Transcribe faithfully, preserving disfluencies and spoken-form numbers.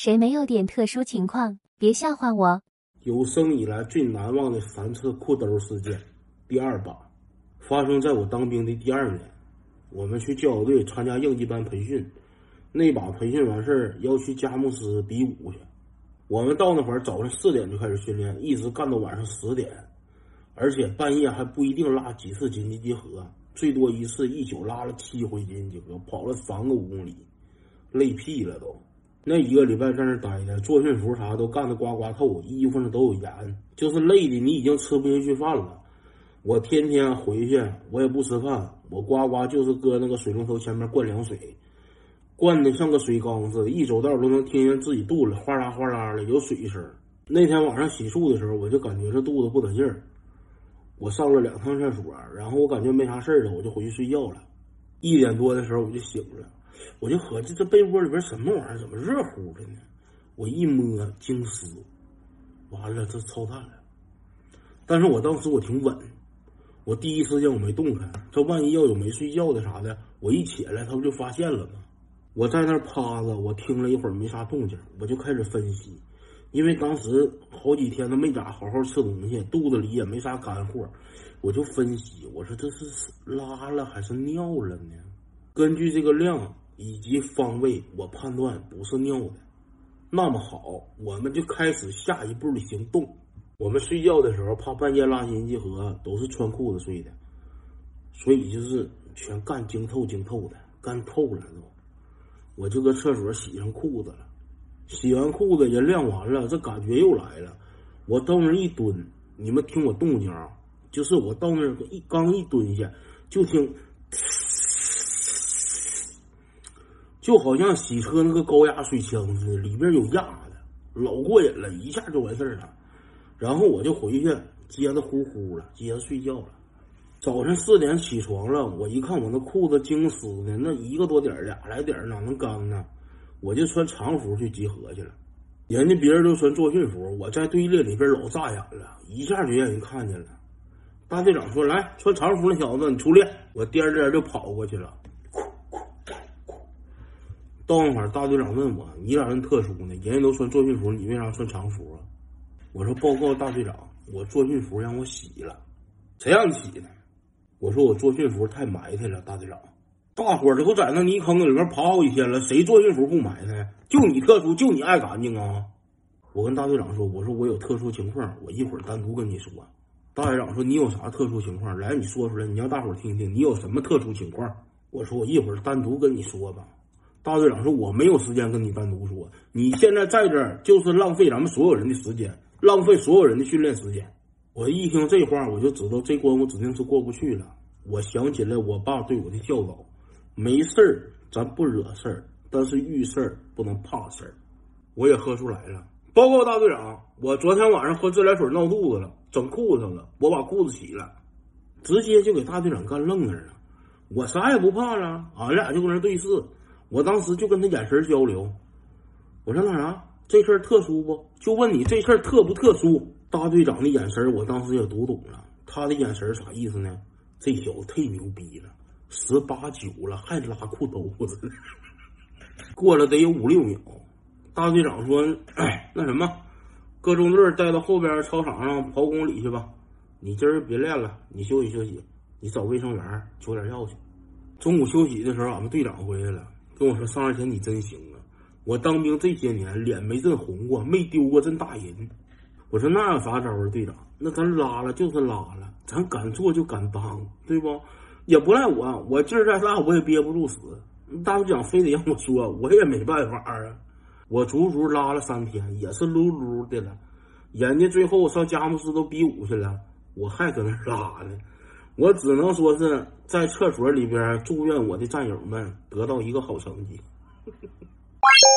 谁没有点特殊情况？别笑话我。 有生以来最难忘的三次裤兜事件，第二把发生在我当兵的第二年。我们去教导队参加应急班培训，那把培训完事儿要去佳木斯比武去。我们到那会儿早上四点就开始训练，一直干到晚上十点，而且半夜还不一定拉几次紧急集合，最多一次一宿拉了七回紧急集合，跑了三个五公里，累屁了都。那一个礼拜在那待着，做训服啥都干得呱呱透，衣服上都有盐，就是累的你已经吃不下去饭了。我天天回去我也不吃饭，我呱呱就是搁那个水龙头前面灌凉水，灌的像个水缸似的，一走道都能听见自己肚子哗啦哗啦的有水声。那天晚上洗漱的时候，我就感觉这肚子不得劲儿，我上了两趟厕所，然后我感觉没啥事儿了，我就回去睡觉了。一点多的时候我就醒了，我就合计这被窝里边什么玩意儿，怎么热乎的呢？我一摸惊丝，完了这操蛋了。但是我当时我挺稳，我第一时间我没动弹，这万一要有没睡觉的啥的，我一起来他不就发现了吗？我在那儿趴着，我听了一会儿没啥动静，我就开始分析，因为当时好几天都没咋好好吃东西，肚子里也没啥干货，我就分析，我说这是拉了还是尿了呢？根据这个量以及方位，我判断不是尿的。那么好，我们就开始下一步的行动。我们睡觉的时候怕半夜拉紧急集合，都是穿裤子睡的，所以就是全干精透精透的，干透了都。我就搁厕所洗上裤子了，洗完裤子人晾完了，这感觉又来了。我到那一蹲，你们听我动静啊，就是我到那一刚一蹲下，就听就好像洗车那个高压水枪似的，里边有压的，老过瘾了，一下就完事儿了。然后我就回去接着呼呼了，接着睡觉了。早上四点起床了，我一看我那裤子精湿的，那一个多点俩来点哪能干呢？我就穿长服去集合去了。人家别人都穿作训服，我在队列里边老扎眼了，一下就让人看见了。大队长说：“来，穿长服的小子，你出列。”我颠颠就跑过去了。到那会儿，大队长问我：“你咋人特殊呢？人家都穿作训服，你为啥穿长服啊？”我说：“报告大队长，我作训服让我洗了。”谁让你洗的？我说：“我作训服太埋汰了，大队长。大伙儿都在那泥坑里边爬好几天了，谁作训服不埋汰？就你特殊，就你爱干净啊！”我跟大队长说：“我说我有特殊情况，我一会儿单独跟你说。”大队长说：“你有啥特殊情况？来，你说出来，你让大伙儿听听，你有什么特殊情况？”我说：“我一会儿单独跟你说吧。”大队长说：“我没有时间跟你单独说，你现在在这儿就是浪费咱们所有人的时间，浪费所有人的训练时间。”我一听这话，我就知道这关我指定是过不去了。我想起来我爸对我的教导：没事儿咱不惹事儿，但是遇事儿不能怕事儿。我也喝出来了。报告大队长，我昨天晚上喝自来水闹肚子了，整裤子了，我把裤子洗了，直接就给大队长干愣那儿了。我啥也不怕了，俺俩就搁那对视。我当时就跟他眼神交流，我说那啥，这事儿特殊不？就问你这事儿特不特殊？大队长的眼神我当时也读懂了，他的眼神啥意思呢？这小子忒牛逼了，十八九了还拉裤兜子。过了得有五六秒，大队长说：“哎，那什么，各中队带到后边操场上跑公里去吧，你今儿别练了，你休息休息，你找卫生员求点药去。”中午休息的时候，俺们队长回来了，跟我说：“尚二钱你真行啊，我当兵这些年脸没这红过，没丢过这大银。”我说：“那有啥招啊，队长？那咱拉了就是拉了，咱敢做就敢当，对不？也不赖我，我劲儿再大我也憋不住死。大队长非得让我说，我也没办法啊。我足足拉了三天，也是噜噜的了。人家最后上佳木斯都比武去了，我还搁那拉呢。我只能说是在厕所里边祝愿我的战友们得到一个好成绩。”